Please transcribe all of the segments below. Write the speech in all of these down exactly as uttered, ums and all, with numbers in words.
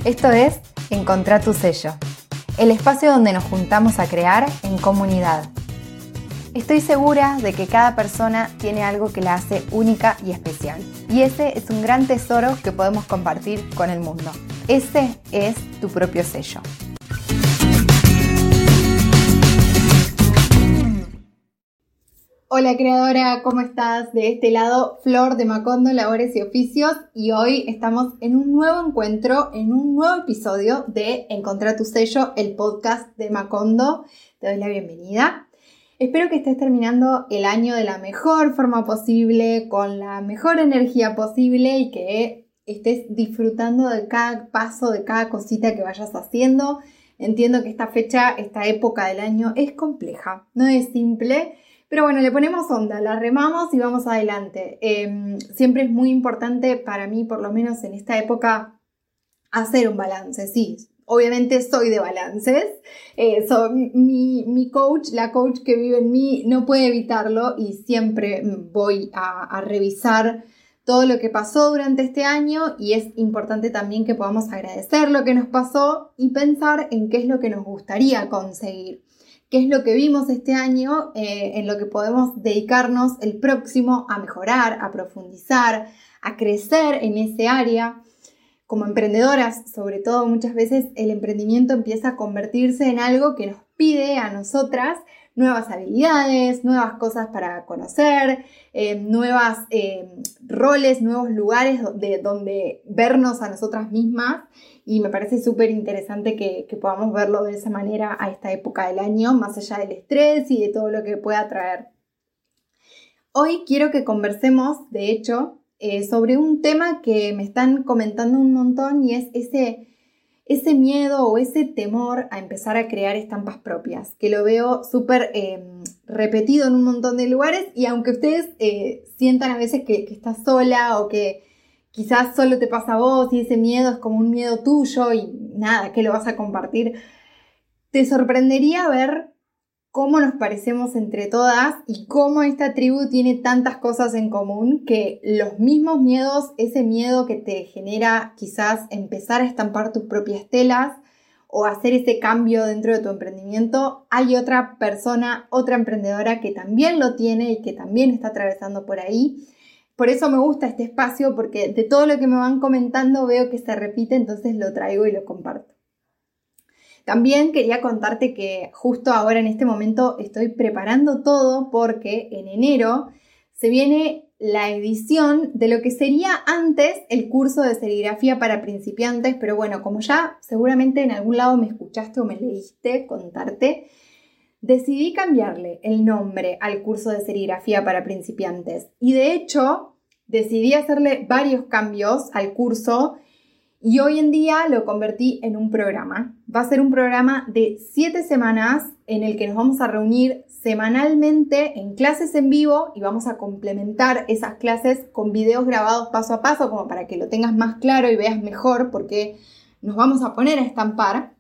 Esto es Encontrá tu sello, el espacio donde nos juntamos a crear en comunidad. Estoy segura de que cada persona tiene algo que la hace única y especial. Y ese es un gran tesoro que podemos compartir con el mundo. Ese es tu propio sello. Hola creadora, ¿cómo estás? De este lado, Flor de Macondo, Labores y Oficios, y hoy estamos en un nuevo encuentro, en un nuevo episodio de Encontrá tu sello, el podcast de Macondo. Te doy la bienvenida. Espero que estés terminando el año de la mejor forma posible, con la mejor energía posible y que estés disfrutando de cada paso, de cada cosita que vayas haciendo. Entiendo que esta fecha, esta época del año es compleja, no es simple. Pero bueno, le ponemos onda, la remamos y vamos adelante. Eh, siempre es muy importante para mí, por lo menos en esta época, hacer un balance. Sí, obviamente soy de balances. Eh, soy, mi, mi coach, la coach que vive en mí, no puede evitarlo y siempre voy a, a revisar todo lo que pasó durante este año, y es importante también que podamos agradecer lo que nos pasó y pensar en qué es lo que nos gustaría conseguir. ¿Qué es lo que vimos este año eh, en lo que podemos dedicarnos el próximo a mejorar, a profundizar, a crecer en ese área? Como emprendedoras, sobre todo, muchas veces el emprendimiento empieza a convertirse en algo que nos pide a nosotras nuevas habilidades, nuevas cosas para conocer, eh, nuevos eh, roles, nuevos lugares de donde vernos a nosotras mismas. Y me parece súper interesante que, que podamos verlo de esa manera a esta época del año, más allá del estrés y de todo lo que pueda traer. Hoy quiero que conversemos, de hecho, eh, sobre un tema que me están comentando un montón, y es ese, ese miedo o ese temor a empezar a crear estampas propias, que lo veo súper eh, repetido en un montón de lugares. Y aunque ustedes eh, sientan a veces que, que estás sola o que quizás solo te pasa a vos y ese miedo es como un miedo tuyo y nada, que lo vas a compartir, te sorprendería ver cómo nos parecemos entre todas y cómo esta tribu tiene tantas cosas en común, que los mismos miedos, ese miedo que te genera quizás empezar a estampar tus propias telas o hacer ese cambio dentro de tu emprendimiento, hay otra persona, otra emprendedora que también lo tiene y que también está atravesando por ahí. Por eso me gusta este espacio, porque de todo lo que me van comentando veo que se repite, entonces lo traigo y lo comparto. También quería contarte que justo ahora en este momento estoy preparando todo, porque en enero se viene la edición de lo que sería antes el curso de serigrafía para principiantes, pero bueno, como ya seguramente en algún lado me escuchaste o me leíste contarte, decidí cambiarle el nombre al curso de serigrafía para principiantes, y de hecho decidí hacerle varios cambios al curso y hoy en día lo convertí en un programa. Va a ser un programa de siete semanas en el que nos vamos a reunir semanalmente en clases en vivo y vamos a complementar esas clases con videos grabados paso a paso, como para que lo tengas más claro y veas mejor, porque nos vamos a poner a estampar.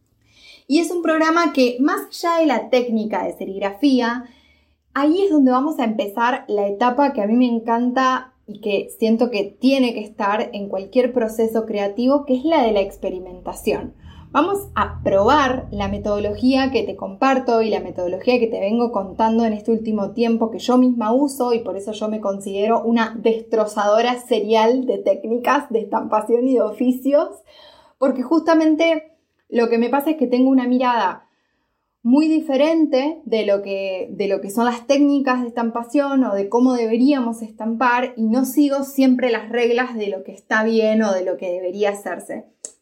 Y es un programa que, más allá de la técnica de serigrafía, ahí es donde vamos a empezar la etapa que a mí me encanta y que siento que tiene que estar en cualquier proceso creativo, que es la de la experimentación. Vamos a probar la metodología que te comparto y la metodología que te vengo contando en este último tiempo, que yo misma uso, y por eso yo me considero una destrozadora serial de técnicas de estampación y de oficios, porque justamente lo que me pasa es que tengo una mirada muy diferente de lo que, de lo que son las técnicas de estampación o de cómo deberíamos estampar, y no sigo siempre las reglas de lo que está bien o de lo que debería hacerse.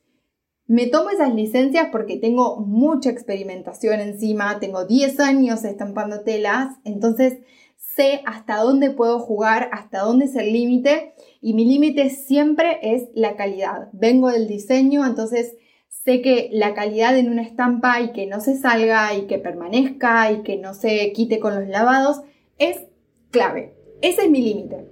Me tomo esas licencias porque tengo mucha experimentación encima, tengo diez años estampando telas, entonces sé hasta dónde puedo jugar, hasta dónde es el límite, y mi límite siempre es la calidad. Vengo del diseño, entonces sé que la calidad en una estampa y que no se salga y que permanezca y que no se quite con los lavados es clave. Ese es mi límite.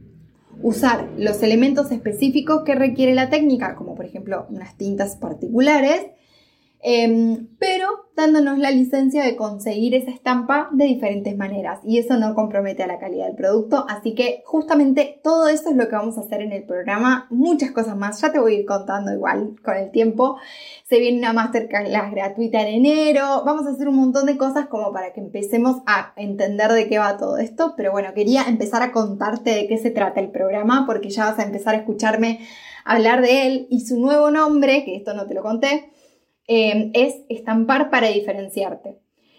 Usar los elementos específicos que requiere la técnica, como por ejemplo unas tintas particulares, eh, pero dándonos la licencia de conseguir esa estampa de diferentes maneras, y eso no compromete a la calidad del producto. Así que justamente todo eso es lo que vamos a hacer en el programa, muchas cosas más, ya te voy a ir contando igual con el tiempo. Se viene una masterclass gratuita en enero, vamos a hacer un montón de cosas como para que empecemos a entender de qué va todo esto, pero bueno, quería empezar a contarte de qué se trata el programa, porque ya vas a empezar a escucharme hablar de él, y su nuevo nombre, que esto no te lo conté, eh, es Estampar para diferenciarte.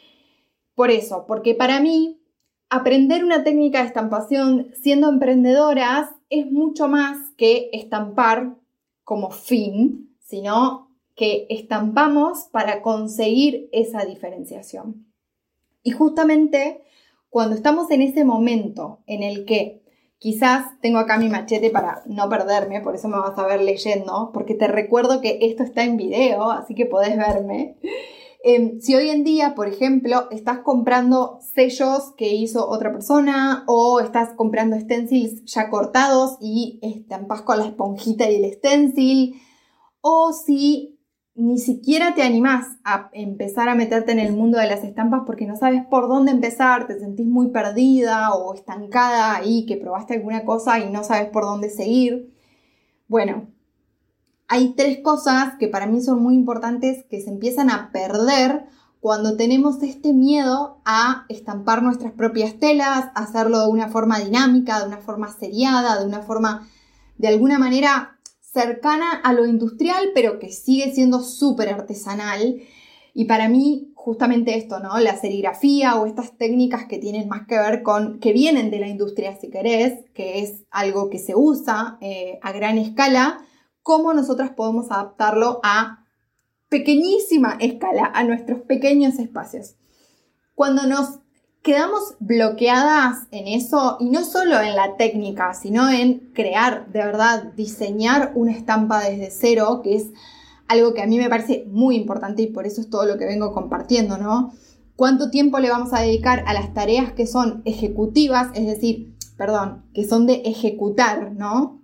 Por eso, porque para mí, aprender una técnica de estampación siendo emprendedoras es mucho más que estampar como fin, sino que estampamos para conseguir esa diferenciación. Y justamente cuando estamos en ese momento en el que quizás tengo acá mi machete para no perderme, por eso me vas a ver leyendo, porque te recuerdo que esto está en video, así que podés verme. Eh, si hoy en día, por ejemplo, estás comprando sellos que hizo otra persona o estás comprando stencils ya cortados y estampas con la esponjita y el stencil, o si ni siquiera te animás a empezar a meterte en el mundo de las estampas porque no sabes por dónde empezar, te sentís muy perdida o estancada ahí, que probaste alguna cosa y no sabes por dónde seguir. Bueno, hay tres cosas que para mí son muy importantes que se empiezan a perder cuando tenemos este miedo a estampar nuestras propias telas, a hacerlo de una forma dinámica, de una forma seriada, de una forma, de alguna manera cercana a lo industrial, pero que sigue siendo súper artesanal. Y para mí, justamente esto, ¿no? La serigrafía o estas técnicas que tienen más que ver con, que vienen de la industria, si querés, que es algo que se usa eh, a gran escala, cómo nosotras podemos adaptarlo a pequeñísima escala, a nuestros pequeños espacios. Cuando nos quedamos bloqueadas en eso, y no solo en la técnica, sino en crear, de verdad, diseñar una estampa desde cero, que es algo que a mí me parece muy importante y por eso es todo lo que vengo compartiendo, ¿no? ¿Cuánto tiempo le vamos a dedicar a las tareas que son ejecutivas, es decir, perdón, que son de ejecutar, ¿no?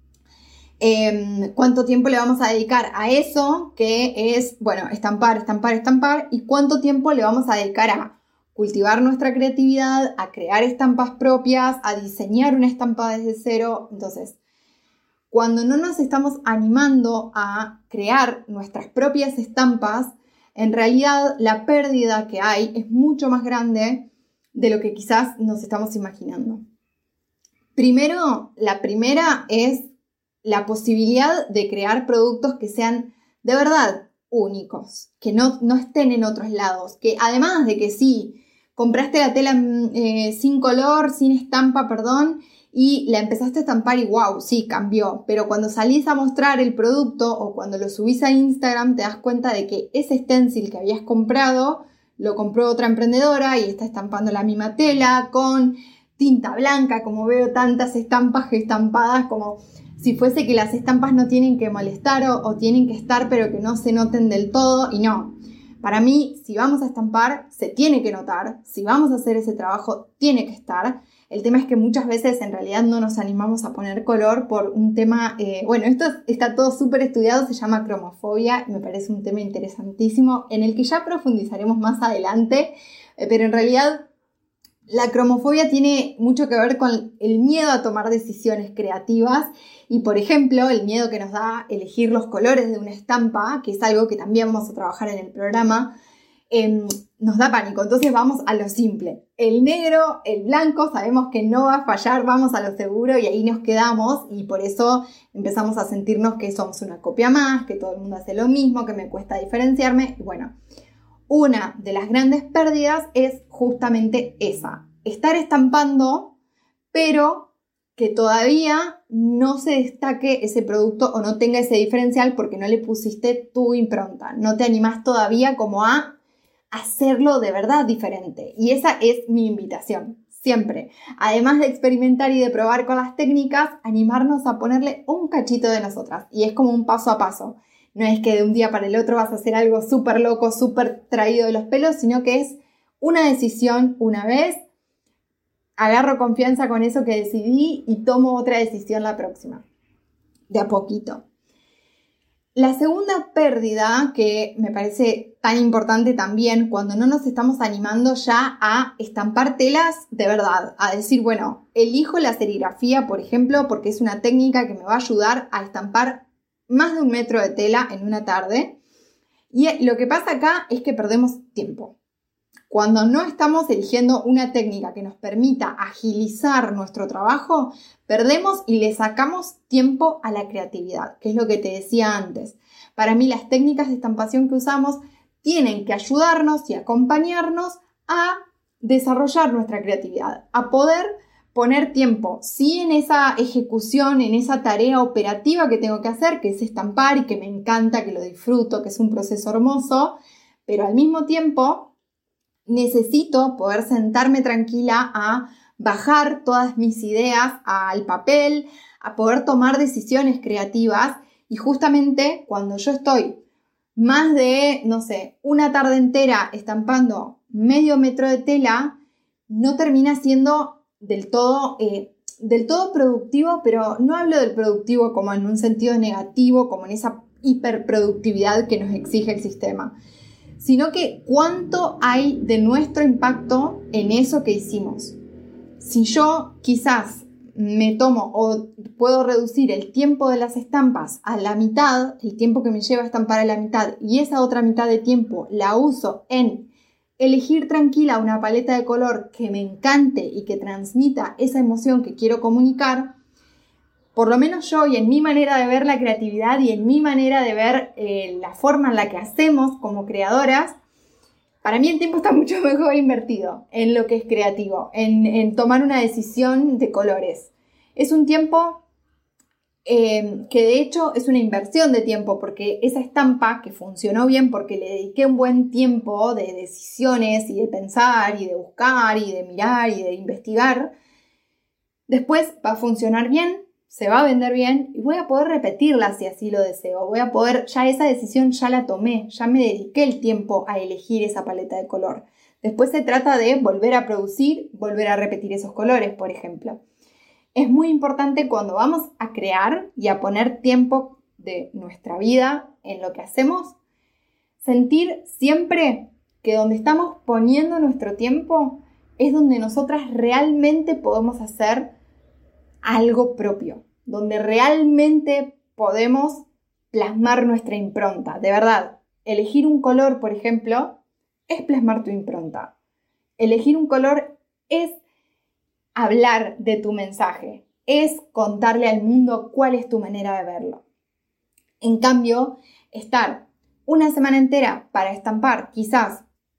Eh, ¿Cuánto tiempo le vamos a dedicar a eso, que es, bueno, estampar, estampar, estampar? ¿Y cuánto tiempo le vamos a dedicar a cultivar nuestra creatividad, a crear estampas propias, a diseñar una estampa desde cero? Entonces, cuando no nos estamos animando a crear nuestras propias estampas, en realidad la pérdida que hay es mucho más grande de lo que quizás nos estamos imaginando. Primero, la primera es la posibilidad de crear productos que sean de verdad únicos, que no, no estén en otros lados, que además de que sí, compraste la tela eh, sin color, sin estampa, perdón, y la empezaste a estampar y wow, sí, cambió. Pero cuando salís a mostrar el producto o cuando lo subís a Instagram, te das cuenta de que ese stencil que habías comprado, lo compró otra emprendedora y está estampando la misma tela con tinta blanca, como veo tantas estampas estampadas, como si fuese que las estampas no tienen que molestar o, o tienen que estar, pero que no se noten del todo, y no. Para mí, si vamos a estampar, se tiene que notar. Si vamos a hacer ese trabajo, tiene que estar. El tema es que muchas veces en realidad no nos animamos a poner color por un tema... Eh, bueno, esto está todo súper estudiado, se llama cromofobia. Me parece un tema interesantísimo en el que ya profundizaremos más adelante. Eh, pero en realidad la cromofobia tiene mucho que ver con el miedo a tomar decisiones creativas. Y, por ejemplo, el miedo que nos da elegir los colores de una estampa, que es algo que también vamos a trabajar en el programa, eh, nos da pánico. Entonces vamos a lo simple. El negro, el blanco, sabemos que no va a fallar, vamos a lo seguro y ahí nos quedamos. Y por eso empezamos a sentirnos que somos una copia más, que todo el mundo hace lo mismo, que me cuesta diferenciarme. Y bueno, una de las grandes pérdidas es justamente esa. Estar estampando, pero que todavía no se destaque ese producto o no tenga ese diferencial porque no le pusiste tu impronta. No te animás todavía como a hacerlo de verdad diferente. Y esa es mi invitación, siempre. Además de experimentar y de probar con las técnicas, animarnos a ponerle un cachito de nosotras. Y es como un paso a paso. No es que de un día para el otro vas a hacer algo súper loco, súper traído de los pelos, sino que es una decisión una vez. Agarro confianza con eso que decidí y tomo otra decisión la próxima. De a poquito. La segunda pérdida, que me parece tan importante también, cuando no nos estamos animando ya a estampar telas de verdad, a decir, bueno, elijo la serigrafía, por ejemplo, porque es una técnica que me va a ayudar a estampar más de un metro de tela en una tarde. Y lo que pasa acá es que perdemos tiempo. Cuando no estamos eligiendo una técnica que nos permita agilizar nuestro trabajo, perdemos y le sacamos tiempo a la creatividad, que es lo que te decía antes. Para mí, las técnicas de estampación que usamos tienen que ayudarnos y acompañarnos a desarrollar nuestra creatividad, a poder poner tiempo, sí, en esa ejecución, en esa tarea operativa que tengo que hacer, que es estampar y que me encanta, que lo disfruto, que es un proceso hermoso, pero al mismo tiempo necesito poder sentarme tranquila a bajar todas mis ideas al papel, a poder tomar decisiones creativas, y justamente cuando yo estoy más de, no sé, una tarde entera estampando medio metro de tela, no termina siendo del todo, eh, del todo productivo, pero no hablo del productivo como en un sentido negativo, como en esa hiperproductividad que nos exige el sistema, sino que cuánto hay de nuestro impacto en eso que hicimos. Si yo quizás me tomo o puedo reducir el tiempo de las estampas a la mitad, el tiempo que me lleva a estampar a la mitad, y esa otra mitad de tiempo la uso en elegir tranquila una paleta de color que me encante y que transmita esa emoción que quiero comunicar, por lo menos yo, y en mi manera de ver la creatividad y en mi manera de ver eh, la forma en la que hacemos como creadoras, para mí el tiempo está mucho mejor invertido en lo que es creativo, en, en tomar una decisión de colores. Es un tiempo eh, que de hecho es una inversión de tiempo, porque esa estampa que funcionó bien porque le dediqué un buen tiempo de decisiones y de pensar y de buscar y de mirar y de investigar, después va a funcionar bien, se va a vender bien y voy a poder repetirla si así lo deseo. Voy a poder, ya esa decisión ya la tomé, ya me dediqué el tiempo a elegir esa paleta de color. Después se trata de volver a producir, volver a repetir esos colores, por ejemplo. Es muy importante cuando vamos a crear y a poner tiempo de nuestra vida en lo que hacemos, sentir siempre que donde estamos poniendo nuestro tiempo es donde nosotras realmente podemos hacer algo propio, donde realmente podemos plasmar nuestra impronta. De verdad, elegir un color, por ejemplo, es plasmar tu impronta. Elegir un color es hablar de tu mensaje, es contarle al mundo cuál es tu manera de verlo. En cambio, estar una semana entera para estampar, quizás,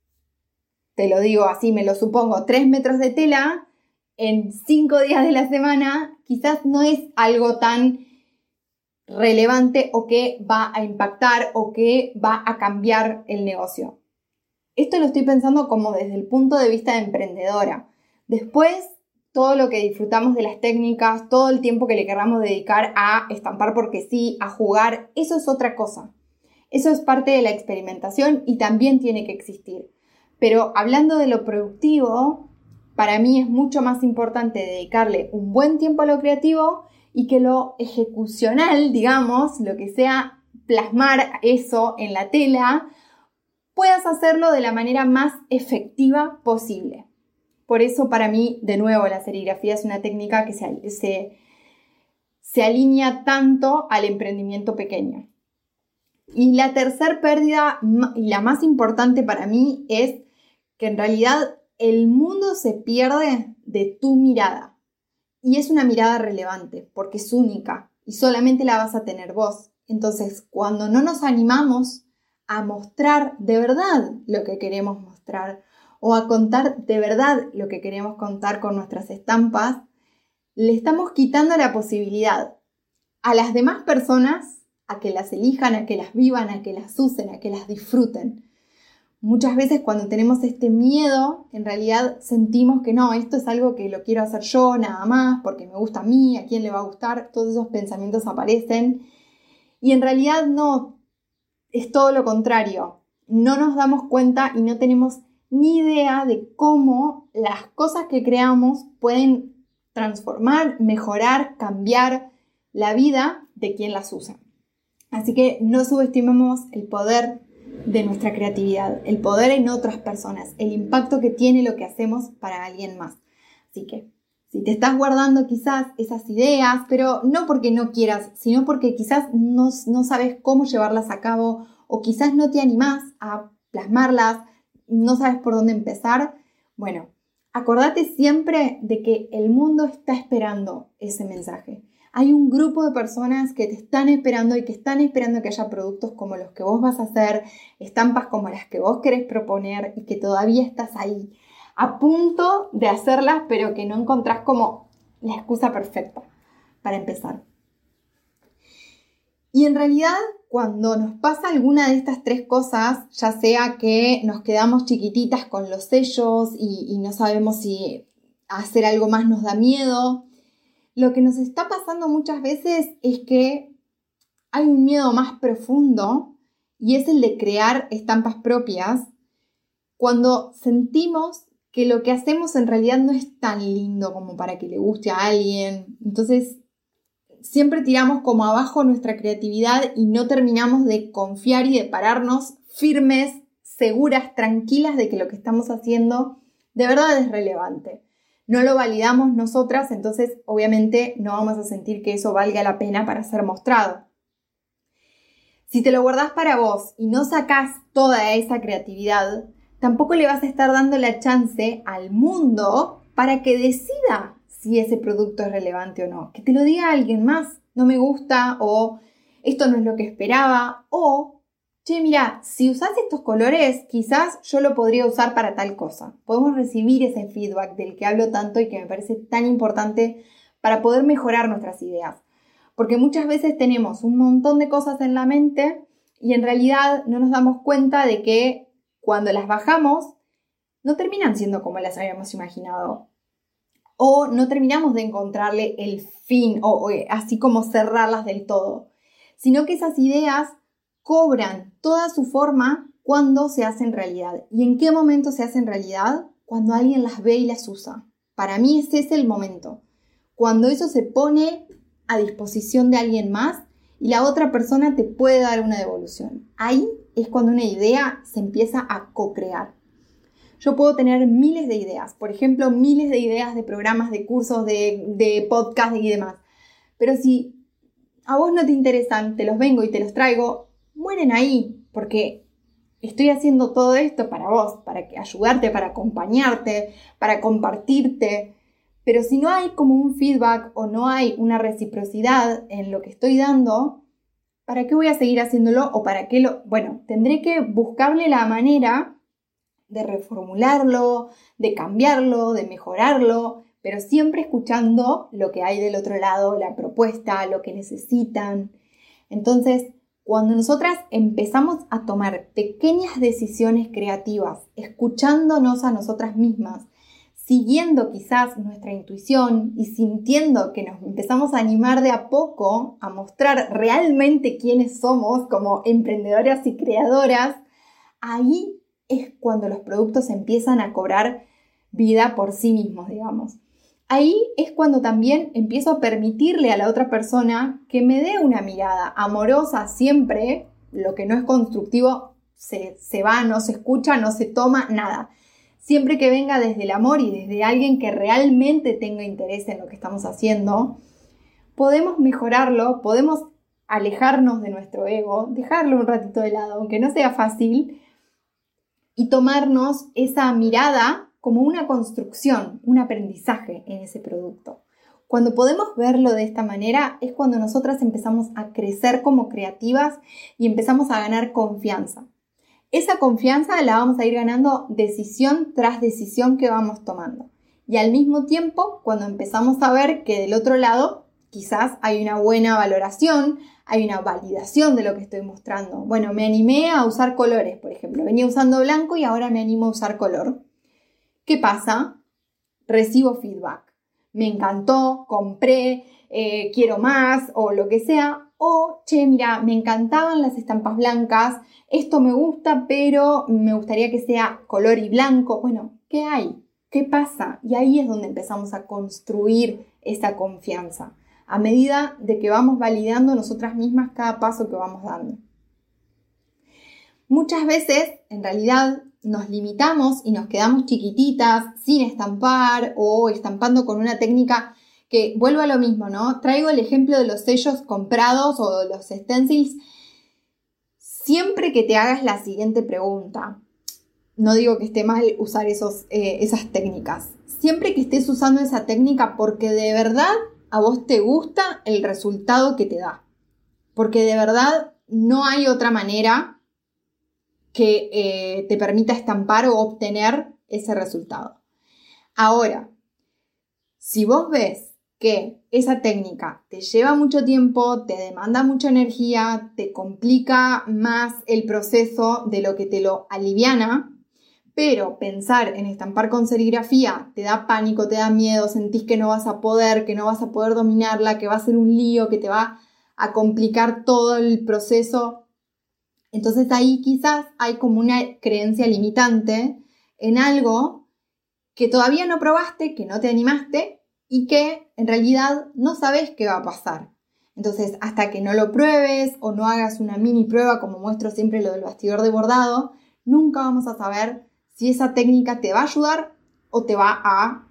te lo digo así, me lo supongo, tres metros de tela, en cinco días de la semana, quizás no es algo tan relevante o que va a impactar o que va a cambiar el negocio. Esto lo estoy pensando como desde el punto de vista de emprendedora. Después, todo lo que disfrutamos de las técnicas, todo el tiempo que le queramos dedicar a estampar porque sí, a jugar, eso es otra cosa. Eso es parte de la experimentación y también tiene que existir. Pero hablando de lo productivo, para mí es mucho más importante dedicarle un buen tiempo a lo creativo y que lo ejecucional, digamos, lo que sea plasmar eso en la tela, puedas hacerlo de la manera más efectiva posible. Por eso para mí, de nuevo, la serigrafía es una técnica que se, se, se alinea tanto al emprendimiento pequeño. Y la tercera pérdida, y la más importante para mí, es que en realidad el mundo se pierde de tu mirada. Y es una mirada relevante, porque es única y solamente la vas a tener vos. Entonces, cuando no nos animamos a mostrar de verdad lo que queremos mostrar o a contar de verdad lo que queremos contar con nuestras estampas, le estamos quitando la posibilidad a las demás personas a que las elijan, a que las vivan, a que las usen, a que las disfruten. Muchas veces cuando tenemos este miedo, en realidad sentimos que no, esto es algo que lo quiero hacer yo nada más, porque me gusta a mí, a quién le va a gustar, todos esos pensamientos aparecen. Y en realidad no, es todo lo contrario. No nos damos cuenta y no tenemos ni idea de cómo las cosas que creamos pueden transformar, mejorar, cambiar la vida de quien las usa. Así que no subestimemos el poder de nuestra creatividad, el poder en otras personas, el impacto que tiene lo que hacemos para alguien más. Así que si te estás guardando quizás esas ideas, pero no porque no quieras, sino porque quizás no, no sabes cómo llevarlas a cabo o quizás no te animás a plasmarlas, no sabes por dónde empezar, bueno, acordate siempre de que el mundo está esperando ese mensaje. Hay un grupo de personas que te están esperando y que están esperando que haya productos como los que vos vas a hacer, estampas como las que vos querés proponer y que todavía estás ahí, a punto de hacerlas, pero que no encontrás como la excusa perfecta para empezar. Y en realidad, cuando nos pasa alguna de estas tres cosas, ya sea que nos quedamos chiquititas con los sellos y, y no sabemos si hacer algo más nos da miedo, lo que nos está pasando muchas veces es que hay un miedo más profundo y es el de crear estampas propias cuando sentimos que lo que hacemos en realidad no es tan lindo como para que le guste a alguien. Entonces, siempre tiramos como abajo nuestra creatividad y no terminamos de confiar y de pararnos firmes, seguras, tranquilas de que lo que estamos haciendo de verdad es relevante. No lo validamos nosotras, entonces obviamente no vamos a sentir que eso valga la pena para ser mostrado. Si te lo guardás para vos y no sacás toda esa creatividad, tampoco le vas a estar dando la chance al mundo para que decida si ese producto es relevante o no. Que te lo diga alguien más, no me gusta, o esto no es lo que esperaba, o che, mira, si usás estos colores, quizás yo lo podría usar para tal cosa. Podemos recibir ese feedback del que hablo tanto y que me parece tan importante para poder mejorar nuestras ideas. Porque muchas veces tenemos un montón de cosas en la mente y en realidad no nos damos cuenta de que cuando las bajamos no terminan siendo como las habíamos imaginado. O no terminamos de encontrarle el fin o, o así como cerrarlas del todo. Sino que esas ideas cobran toda su forma cuando se hacen realidad. ¿Y en qué momento se hacen realidad? Cuando alguien las ve y las usa. Para mí ese es el momento. Cuando eso se pone a disposición de alguien más y la otra persona te puede dar una devolución. Ahí es cuando una idea se empieza a co-crear. Yo puedo tener miles de ideas, por ejemplo, miles de ideas de programas, de cursos, de, de podcasts y demás. Pero si a vos no te interesan, te los vengo y te los traigo, mueren ahí, porque estoy haciendo todo esto para vos, para ayudarte, para acompañarte, para compartirte. Pero si no hay como un feedback o no hay una reciprocidad en lo que estoy dando, ¿para qué voy a seguir haciéndolo? O para qué lo... Bueno, tendré que buscarle la manera de reformularlo, de cambiarlo, de mejorarlo, pero siempre escuchando lo que hay del otro lado, la propuesta, lo que necesitan. Entonces, cuando nosotras empezamos a tomar pequeñas decisiones creativas, escuchándonos a nosotras mismas, siguiendo quizás nuestra intuición y sintiendo que nos empezamos a animar de a poco a mostrar realmente quiénes somos como emprendedoras y creadoras, ahí es cuando los productos empiezan a cobrar vida por sí mismos, digamos. Ahí es cuando también empiezo a permitirle a la otra persona que me dé una mirada amorosa siempre. Lo que no es constructivo se, se va, no se escucha, no se toma, nada. Siempre que venga desde el amor y desde alguien que realmente tenga interés en lo que estamos haciendo, podemos mejorarlo, podemos alejarnos de nuestro ego, dejarlo un ratito de lado, aunque no sea fácil, y tomarnos esa mirada como una construcción, un aprendizaje en ese producto. Cuando podemos verlo de esta manera es cuando nosotras empezamos a crecer como creativas y empezamos a ganar confianza. Esa confianza la vamos a ir ganando decisión tras decisión que vamos tomando. Y al mismo tiempo, cuando empezamos a ver que del otro lado quizás hay una buena valoración, hay una validación de lo que estoy mostrando. Bueno, me animé a usar colores, por ejemplo. Venía usando blanco y ahora me animo a usar color. ¿Qué pasa? Recibo feedback. Me encantó, compré, eh, quiero más o lo que sea. O, che, mira, me encantaban las estampas blancas. Esto me gusta, pero me gustaría que sea color y blanco. Bueno, ¿qué hay? ¿Qué pasa? Y ahí es donde empezamos a construir esa confianza. a medida de que vamos validando nosotras mismas cada paso que vamos dando. Muchas veces, en realidad, nos limitamos y nos quedamos chiquititas, sin estampar o estampando con una técnica que, vuelvo a lo mismo, ¿no? Traigo el ejemplo de los sellos comprados o de los stencils. Siempre que te hagas la siguiente pregunta, no digo que esté mal usar esos, eh, esas técnicas, siempre que estés usando esa técnica porque de verdad a vos te gusta el resultado que te da, porque de verdad no hay otra manera que eh, te permita estampar o obtener ese resultado. Ahora, si vos ves que esa técnica te lleva mucho tiempo, te demanda mucha energía, te complica más el proceso de lo que te lo aliviana, pero pensar en estampar con serigrafía te da pánico, te da miedo, sentís que no vas a poder, que no vas a poder dominarla, que va a ser un lío, que te va a complicar todo el proceso. Entonces ahí quizás hay como una creencia limitante en algo que todavía no probaste, que no te animaste y que en realidad no sabes qué va a pasar. Entonces hasta que no lo pruebes o no hagas una mini prueba, como muestro siempre lo del bastidor de bordado, nunca vamos a saber si esa técnica te va a ayudar o te va a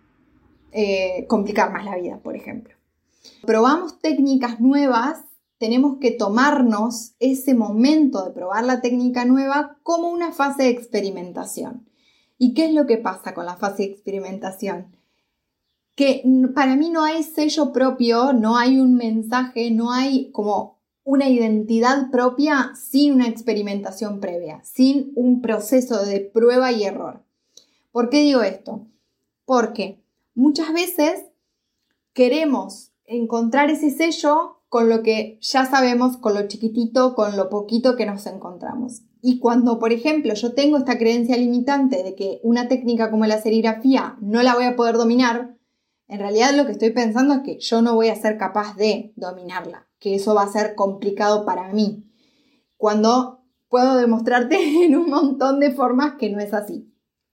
eh, complicar más la vida, por ejemplo. Probamos técnicas nuevas. Tenemos que tomarnos ese momento de probar la técnica nueva como una fase de experimentación. ¿Y qué es lo que pasa con la fase de experimentación? Que para mí no hay sello propio, no hay un mensaje, no hay como una identidad propia sin una experimentación previa, sin un proceso de prueba y error. ¿Por qué digo esto? Porque muchas veces queremos encontrar ese sello con lo que ya sabemos, con lo chiquitito, con lo poquito que nos encontramos. Y cuando, por ejemplo, yo tengo esta creencia limitante de que una técnica como la serigrafía no la voy a poder dominar, en realidad lo que estoy pensando es que yo no voy a ser capaz de dominarla, que eso va a ser complicado para mí, cuando puedo demostrarte en un montón de formas que no es así.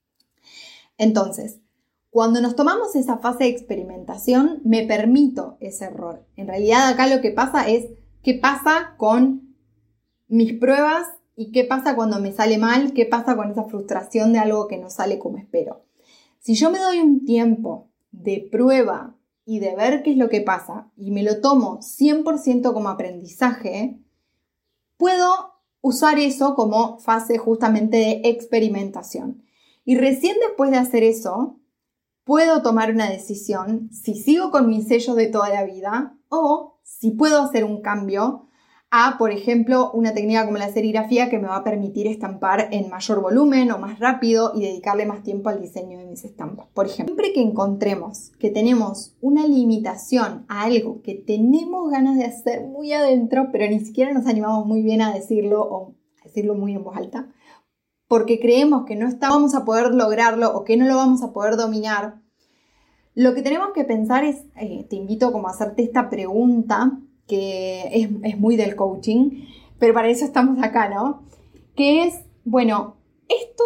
Entonces, cuando nos tomamos esa fase de experimentación, me permito ese error. En realidad acá lo que pasa es qué pasa con mis pruebas y qué pasa cuando me sale mal, qué pasa con esa frustración de algo que no sale como espero. Si yo me doy un tiempo de prueba y de ver qué es lo que pasa y me lo tomo cien por ciento como aprendizaje, puedo usar eso como fase justamente de experimentación. Y recién después de hacer eso, puedo tomar una decisión si sigo con mis sellos de toda la vida o si puedo hacer un cambio a, por ejemplo, una técnica como la serigrafía que me va a permitir estampar en mayor volumen o más rápido y dedicarle más tiempo al diseño de mis estampas. Por ejemplo, siempre que encontremos que tenemos una limitación a algo que tenemos ganas de hacer muy adentro, pero ni siquiera nos animamos muy bien a decirlo o a decirlo muy en voz alta, porque creemos que no está, vamos a poder lograrlo o que no lo vamos a poder dominar, lo que tenemos que pensar es, eh, te invito como a hacerte esta pregunta, que es, es muy del coaching, pero para eso estamos acá, ¿no? Que es, bueno, esto,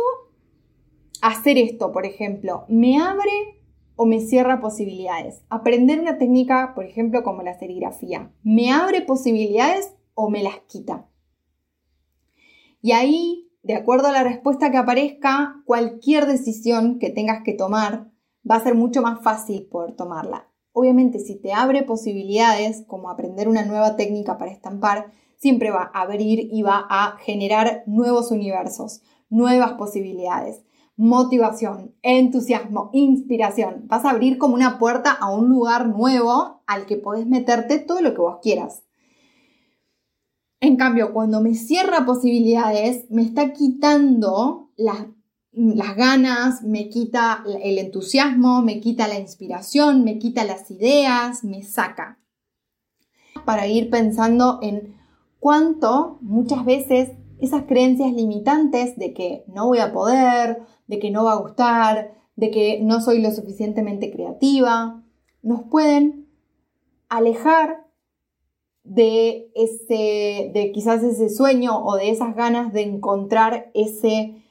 hacer esto, por ejemplo, ¿me abre o me cierra posibilidades? Aprender una técnica, por ejemplo, como la serigrafía, ¿me abre posibilidades o me las quita? Y ahí, de acuerdo a la respuesta que aparezca, cualquier decisión que tengas que tomar va a ser mucho más fácil poder tomarla. Obviamente, si te abre posibilidades, como aprender una nueva técnica para estampar, siempre va a abrir y va a generar nuevos universos, nuevas posibilidades, motivación, entusiasmo, inspiración. Vas a abrir como una puerta a un lugar nuevo al que podés meterte todo lo que vos quieras. En cambio, cuando me cierra posibilidades, me está quitando las, las ganas, me quita el entusiasmo, me quita la inspiración, me quita las ideas, me saca. Para ir pensando en cuánto muchas veces esas creencias limitantes de que no voy a poder, de que no va a gustar, de que no soy lo suficientemente creativa, nos pueden alejar de, ese, de quizás ese sueño o de esas ganas de encontrar ese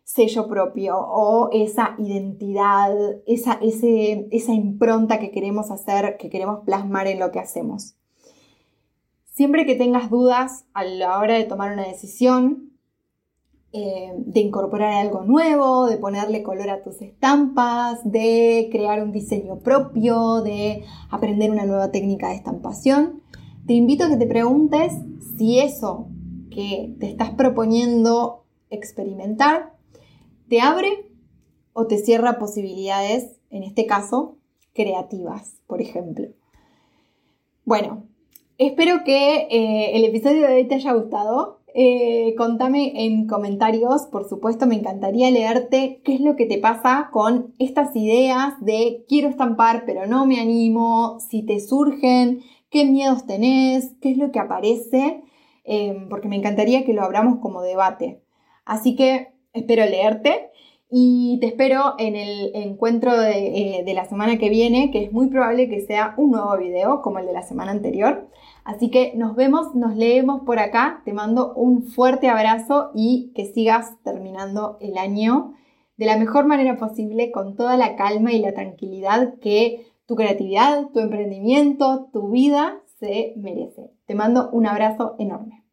sello propio o esa identidad, esa, ese, esa impronta que queremos hacer, que queremos plasmar en lo que hacemos. Siempre que tengas dudas a la hora de tomar una decisión, eh, de incorporar algo nuevo, de ponerle color a tus estampas, de crear un diseño propio, de aprender una nueva técnica de estampación, te invito a que te preguntes si eso que te estás proponiendo experimentar te abre o te cierra posibilidades, en este caso, creativas, por ejemplo. Bueno, espero que eh, el episodio de hoy te haya gustado. Eh, contame en comentarios, por supuesto, me encantaría leerte qué es lo que te pasa con estas ideas de quiero estampar pero no me animo, si te surgen, qué miedos tenés, qué es lo que aparece, eh, porque me encantaría que lo abramos como debate. Así que espero leerte y te espero en el encuentro de, eh, de la semana que viene, que es muy probable que sea un nuevo video como el de la semana anterior. Así que nos vemos, nos leemos por acá. Te mando un fuerte abrazo y que sigas terminando el año de la mejor manera posible, con toda la calma y la tranquilidad que tu creatividad, tu emprendimiento, tu vida se merece. Te mando un abrazo enorme.